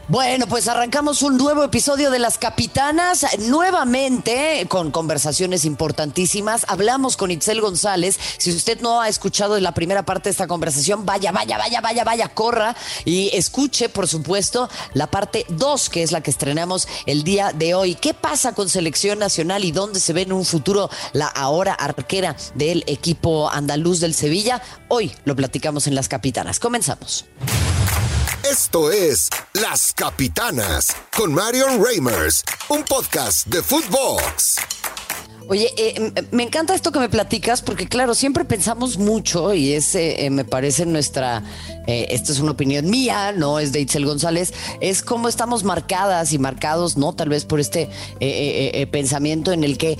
Bueno, pues arrancamos un nuevo episodio de Las Capitanas, nuevamente con conversaciones importantísimas. Hablamos con Itzel González. Si usted no ha escuchado la primera parte de esta conversación, vaya, corra y escuche, por supuesto, la parte 2, que es la que estrenamos el día de hoy. ¿Qué pasa con Selección Nacional y dónde se ve en un futuro la ahora arquera del equipo andaluz del Sevilla? Hoy lo platicamos en Las Capitanas. Comenzamos. Esto es Las Capitanas con Marion Reimers, un podcast de Footbox. Oye, me encanta esto que me platicas porque, claro, siempre pensamos mucho y es, me parece nuestra, esto es una opinión mía, no es de Itzel González, es cómo estamos marcadas y marcados, ¿no? Tal vez por este pensamiento en el que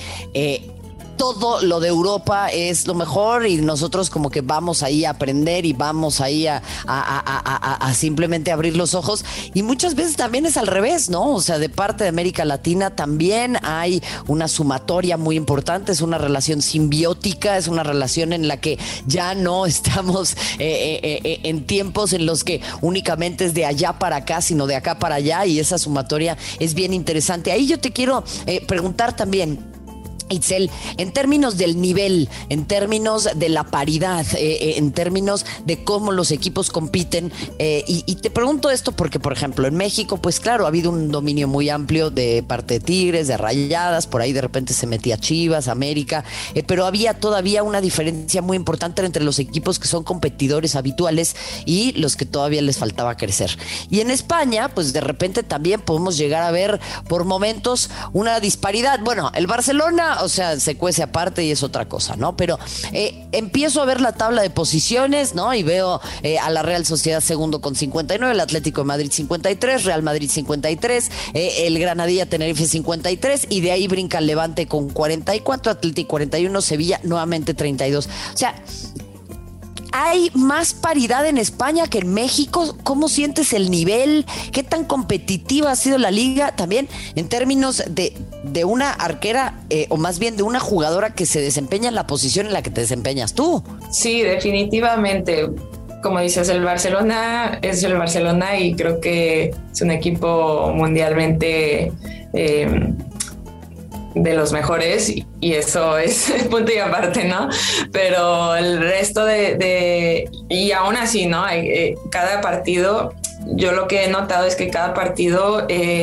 todo lo de Europa es lo mejor y nosotros como que vamos ahí a aprender y vamos ahí a simplemente abrir los ojos, y muchas veces también es al revés, ¿no? O sea, de parte de América Latina también hay una sumatoria muy importante, es una relación simbiótica, es una relación en la que ya no estamos en tiempos en los que únicamente es de allá para acá, sino de acá para allá, y esa sumatoria es bien interesante. Ahí yo te quiero preguntar también, Itzel, en términos del nivel, en términos de la paridad, en términos de cómo los equipos compiten, y te pregunto esto porque, por ejemplo, en México, pues claro, ha habido un dominio muy amplio de parte de Tigres, de Rayadas, por ahí de repente se metía Chivas, América, pero había todavía una diferencia muy importante entre los equipos que son competidores habituales y los que todavía les faltaba crecer. Y en España, pues de repente también podemos llegar a ver por momentos una disparidad. Bueno, el Barcelona, o sea, se cuece aparte y es otra cosa, ¿no? Pero empiezo a ver la tabla de posiciones, ¿no? Y veo a la Real Sociedad segundo con 59, el Atlético de Madrid 53, Real Madrid 53, el Granadilla Tenerife 53, y de ahí brinca el Levante con 44, Atlético 41, Sevilla nuevamente 32. O sea, ¿hay más paridad en España que en México? ¿Cómo sientes el nivel? ¿Qué tan competitiva ha sido la liga? También en términos de una arquera, o más bien de una jugadora que se desempeña en la posición en la que te desempeñas tú. Sí, definitivamente. Como dices, el Barcelona es el Barcelona y creo que es un equipo mundialmente de los mejores, y eso es punto y aparte, ¿no? Pero el resto y aún así, ¿no? Cada partido, yo lo que he notado es que cada partido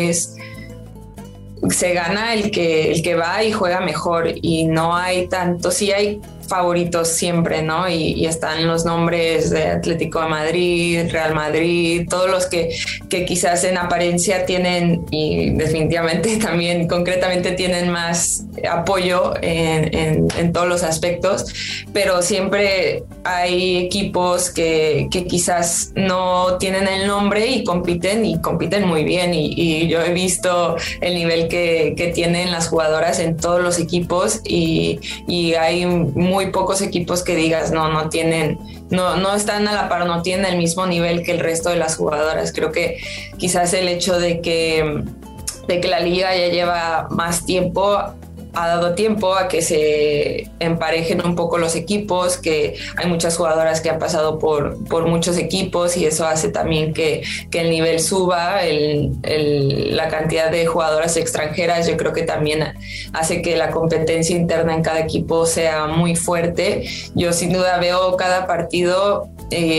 se gana el que va y juega mejor, y no hay tanto, sí hay favoritos siempre, ¿no? Y están los nombres de Atlético de Madrid, Real Madrid, todos los que quizás en apariencia tienen, y definitivamente también concretamente tienen más apoyo en todos los aspectos, pero siempre hay equipos que quizás no tienen el nombre y compiten muy bien, y yo he visto el nivel que tienen las jugadoras en todos los equipos, y hay muy pocos equipos que digas no tienen, no están a la par, no tienen el mismo nivel que el resto de las jugadoras. Creo que quizás el hecho de que la liga ya lleva más tiempo ha dado tiempo a que se emparejen un poco los equipos, que hay muchas jugadoras que han pasado por muchos equipos, y eso hace también que el nivel suba, la cantidad de jugadoras extranjeras. Yo creo que también hace que la competencia interna en cada equipo sea muy fuerte. Yo sin duda veo cada partido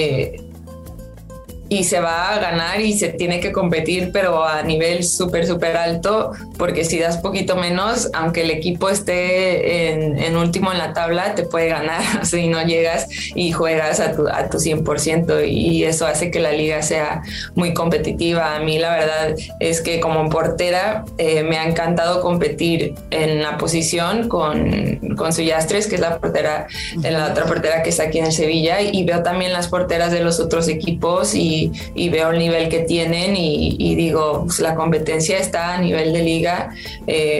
y se va a ganar y se tiene que competir, pero a nivel súper alto, porque si das poquito menos, aunque el equipo esté en último en la tabla, te puede ganar si no llegas y juegas a tu 100%, y eso hace que la liga sea muy competitiva. A mí la verdad es que como portera me ha encantado competir en la posición con Sullastres, que es la otra portera que está aquí en el Sevilla, y veo también las porteras de los otros equipos y veo el nivel que tienen, y digo, pues la competencia está a nivel de liga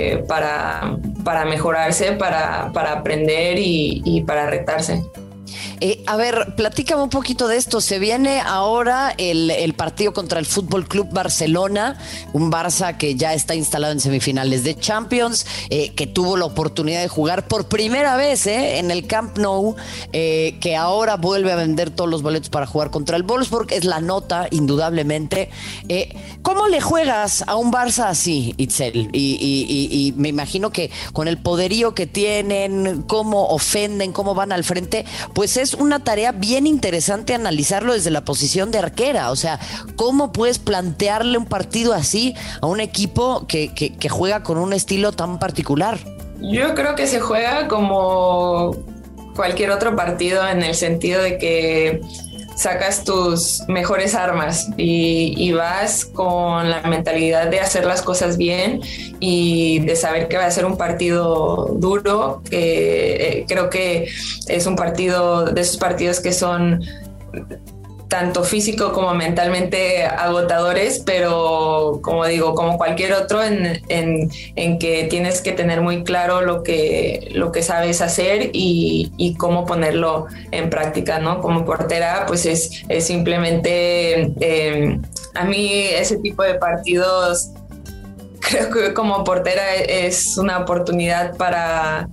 para mejorarse, para aprender y para retarse. A ver, platícame un poquito de esto. Se viene ahora el partido contra el Fútbol Club Barcelona, un Barça que ya está instalado en semifinales de Champions, que tuvo la oportunidad de jugar por primera vez en el Camp Nou, que ahora vuelve a vender todos los boletos para jugar contra el Wolfsburg. Es la nota, indudablemente. ¿Cómo le juegas a un Barça así, Itzel? Y me imagino que con el poderío que tienen, cómo ofenden, cómo van al frente, pues es una tarea bien interesante analizarlo desde la posición de arquera. O sea, ¿cómo puedes plantearle un partido así a un equipo que juega con un estilo tan particular? Yo creo que se juega como cualquier otro partido, en el sentido de que sacas tus mejores armas y vas con la mentalidad de hacer las cosas bien y de saber que va a ser un partido duro, que creo que es un partido de esos partidos que son tanto físico como mentalmente agotadores, pero como digo, como cualquier otro, en que tienes que tener muy claro lo que sabes hacer y cómo ponerlo en práctica, ¿no? Como portera, pues es simplemente, a mí ese tipo de partidos, creo que como portera es una oportunidad para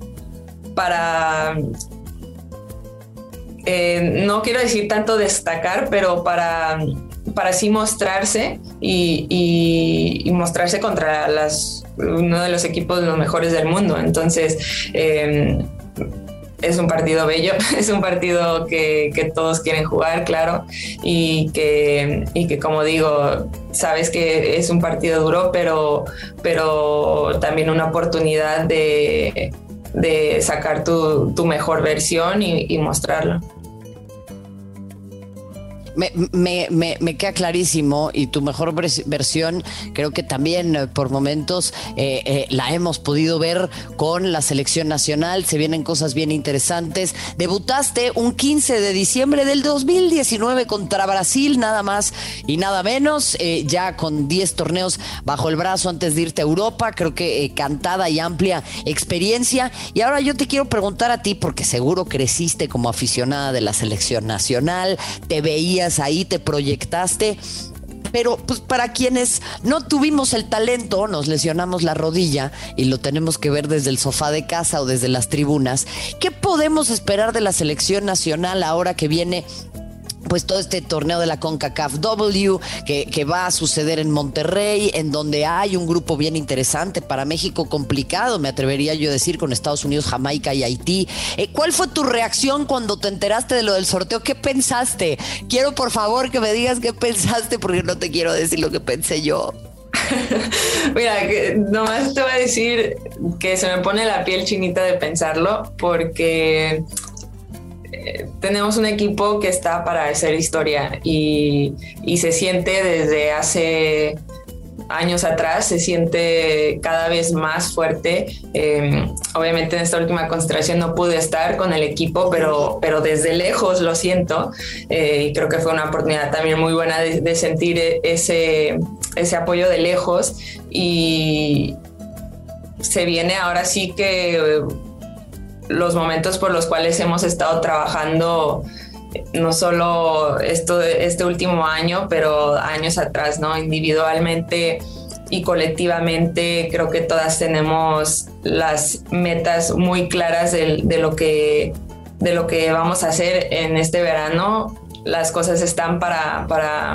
no quiero decir tanto destacar, pero para sí mostrarse y mostrarse contra uno de los equipos los mejores del mundo. Entonces, es un partido bello, es un partido que todos quieren jugar, claro, y que como digo, sabes que es un partido duro, pero también una oportunidad de sacar tu mejor versión y mostrarlo. Me queda clarísimo, y tu mejor versión creo que también por momentos la hemos podido ver con la selección nacional. Se vienen cosas bien interesantes. Debutaste un 15 de diciembre del 2019 contra Brasil, nada más y nada menos, ya con 10 torneos bajo el brazo antes de irte a Europa. Creo que cantada y amplia experiencia. Y ahora yo te quiero preguntar a ti, porque seguro creciste como aficionada de la selección nacional, te veías ahí, te proyectaste, pero pues para quienes no tuvimos el talento, nos lesionamos la rodilla y lo tenemos que ver desde el sofá de casa o desde las tribunas, ¿qué podemos esperar de la selección nacional ahora que viene pues todo este torneo de la CONCACAF W que va a suceder en Monterrey, en donde hay un grupo bien interesante, para México complicado, me atrevería yo a decir, con Estados Unidos, Jamaica y Haití? ¿Cuál fue tu reacción cuando te enteraste de lo del sorteo? ¿Qué pensaste? Quiero por favor que me digas qué pensaste, porque no te quiero decir lo que pensé yo. Mira, nomás te voy a decir que se me pone la piel chinita de pensarlo, porque tenemos un equipo que está para hacer historia y se siente desde hace años atrás, se siente cada vez más fuerte. Obviamente en esta última concentración no pude estar con el equipo, pero desde lejos lo siento, y creo que fue una oportunidad también muy buena de sentir ese apoyo de lejos. Y se viene ahora sí que los momentos por los cuales hemos estado trabajando, no solo este último año, pero años atrás, ¿no? Individualmente y colectivamente, creo que todas tenemos las metas muy claras de lo que vamos a hacer en este verano. Las cosas están para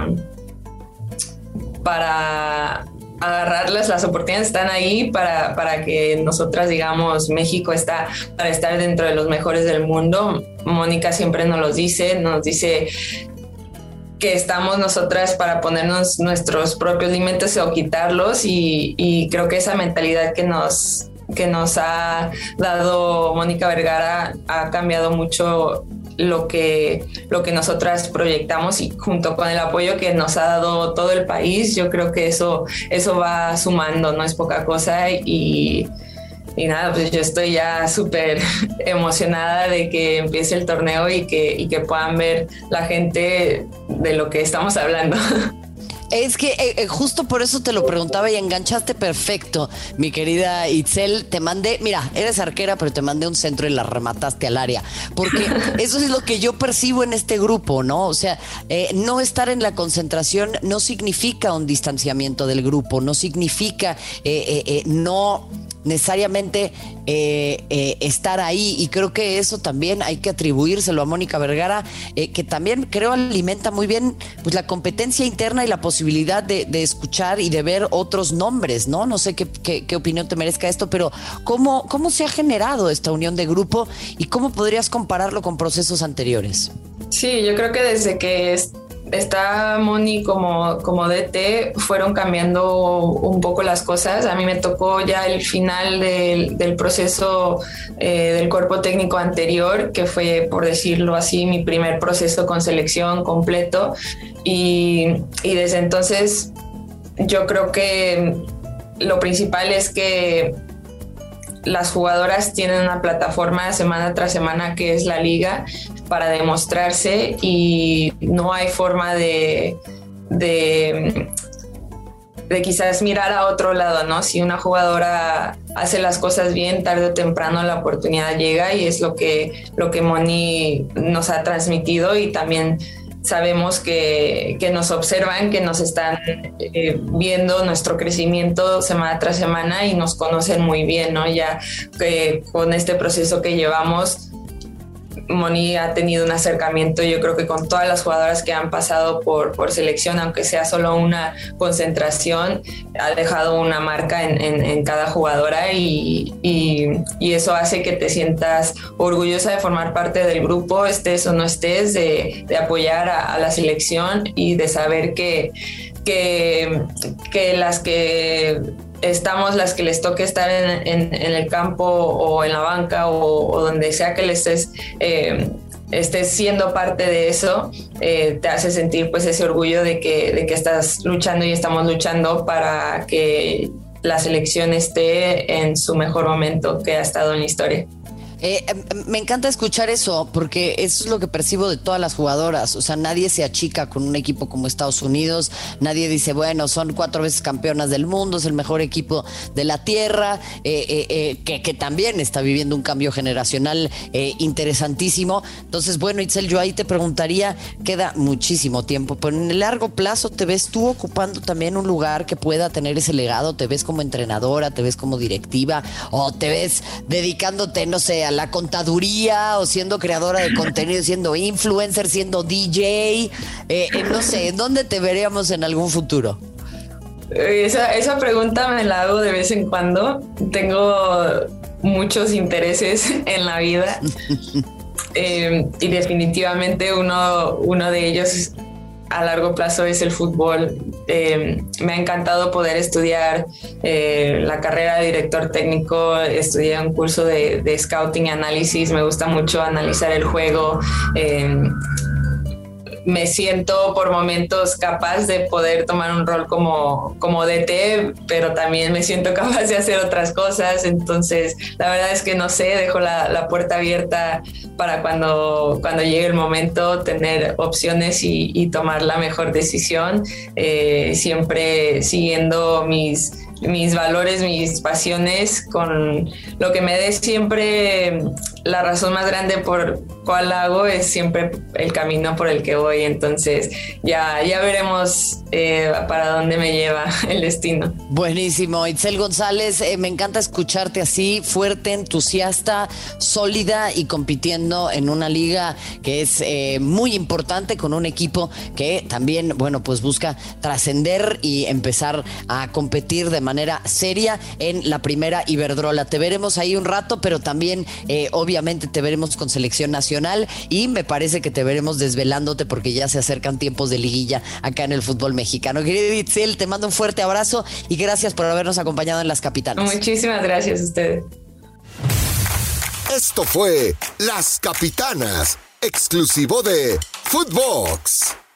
agarrarlas, las oportunidades están ahí para que nosotras, digamos, México está para estar dentro de los mejores del mundo. Mónica siempre nos dice que estamos nosotras para ponernos nuestros propios límites o quitarlos, y creo que esa mentalidad que nos ha dado Mónica Vergara ha cambiado mucho lo que nosotras proyectamos, y junto con el apoyo que nos ha dado todo el país, yo creo que eso va sumando, no es poca cosa. Y nada, pues yo estoy ya súper emocionada de que empiece el torneo y que puedan ver la gente de lo que estamos hablando. Es que justo por eso te lo preguntaba y enganchaste perfecto, mi querida Itzel. Te mandé, mira, eres arquera, pero te mandé un centro y la remataste al área. Porque eso es lo que yo percibo en este grupo, ¿no? O sea, no estar en la concentración no significa un distanciamiento del grupo, no significa no necesariamente estar ahí, y creo que eso también hay que atribuírselo a Mónica Vergara, que también creo alimenta muy bien pues la competencia interna y la posibilidad de escuchar y de ver otros nombres, ¿no? No sé qué opinión te merezca esto, pero ¿cómo se ha generado esta unión de grupo y cómo podrías compararlo con procesos anteriores? Sí, yo creo que desde que está Moni como DT, fueron cambiando un poco las cosas. A mí me tocó ya el final del proceso del cuerpo técnico anterior, que fue, por decirlo así, mi primer proceso con selección completo. Y desde entonces yo creo que lo principal es que las jugadoras tienen una plataforma semana tras semana que es la liga para demostrarse, y no hay forma de quizás mirar a otro lado, ¿no? Si una jugadora hace las cosas bien, tarde o temprano la oportunidad llega, y es lo que Moni nos ha transmitido, y también sabemos que nos observan, que nos están viendo nuestro crecimiento semana tras semana y nos conocen muy bien, ¿no? Ya con este proceso que llevamos, Moni ha tenido un acercamiento, yo creo que con todas las jugadoras que han pasado por selección, aunque sea solo una concentración, ha dejado una marca en cada jugadora, y eso hace que te sientas orgullosa de formar parte del grupo, estés o no estés, de apoyar a la selección, y de saber que las que estamos, las que les toque estar en el campo o en la banca o donde sea que les estés siendo parte de eso, te hace sentir pues ese orgullo de que estás luchando y estamos luchando para que la selección esté en su mejor momento que ha estado en la historia. Me encanta escuchar eso, porque eso es lo que percibo de todas las jugadoras. O sea, nadie se achica con un equipo como Estados Unidos, nadie dice, bueno, son 4 veces campeonas del mundo, es el mejor equipo de la tierra, que también está viviendo un cambio generacional interesantísimo. Entonces, bueno, Itzel, yo ahí te preguntaría, queda muchísimo tiempo, pero en el largo plazo, ¿te ves tú ocupando también un lugar que pueda tener ese legado? ¿Te ves como entrenadora, te ves como directiva, o te ves dedicándote, no sé, a la contaduría, o siendo creadora de contenido, siendo influencer, siendo DJ? No sé, ¿dónde te veríamos en algún futuro? Esa pregunta me la hago de vez en cuando. Tengo muchos intereses en la vida y definitivamente uno de ellos a largo plazo es el fútbol. Me ha encantado poder estudiar la carrera de director técnico. Estudié un curso de scouting y análisis. Me gusta mucho analizar el juego. Me siento por momentos capaz de poder tomar un rol como DT, pero también me siento capaz de hacer otras cosas. Entonces, la verdad es que no sé, dejo la puerta abierta para cuando llegue el momento tener opciones y tomar la mejor decisión, siempre siguiendo mis valores, mis pasiones, con lo que me dé siempre. La razón más grande por cuál hago es siempre el camino por el que voy. Entonces ya veremos para dónde me lleva el destino. Buenísimo, Itzel González, me encanta escucharte así, fuerte, entusiasta, sólida y compitiendo en una liga que es muy importante, con un equipo que también, bueno, pues busca trascender y empezar a competir de manera seria en la primera Iberdrola. Te veremos ahí un rato, pero también obviamente te veremos con selección nacional, y me parece que te veremos desvelándote porque ya se acercan tiempos de liguilla acá en el fútbol mexicano. Querida Itzel, te mando un fuerte abrazo y gracias por habernos acompañado en Las Capitanas. Muchísimas gracias a ustedes. Esto fue Las Capitanas, exclusivo de Footbox.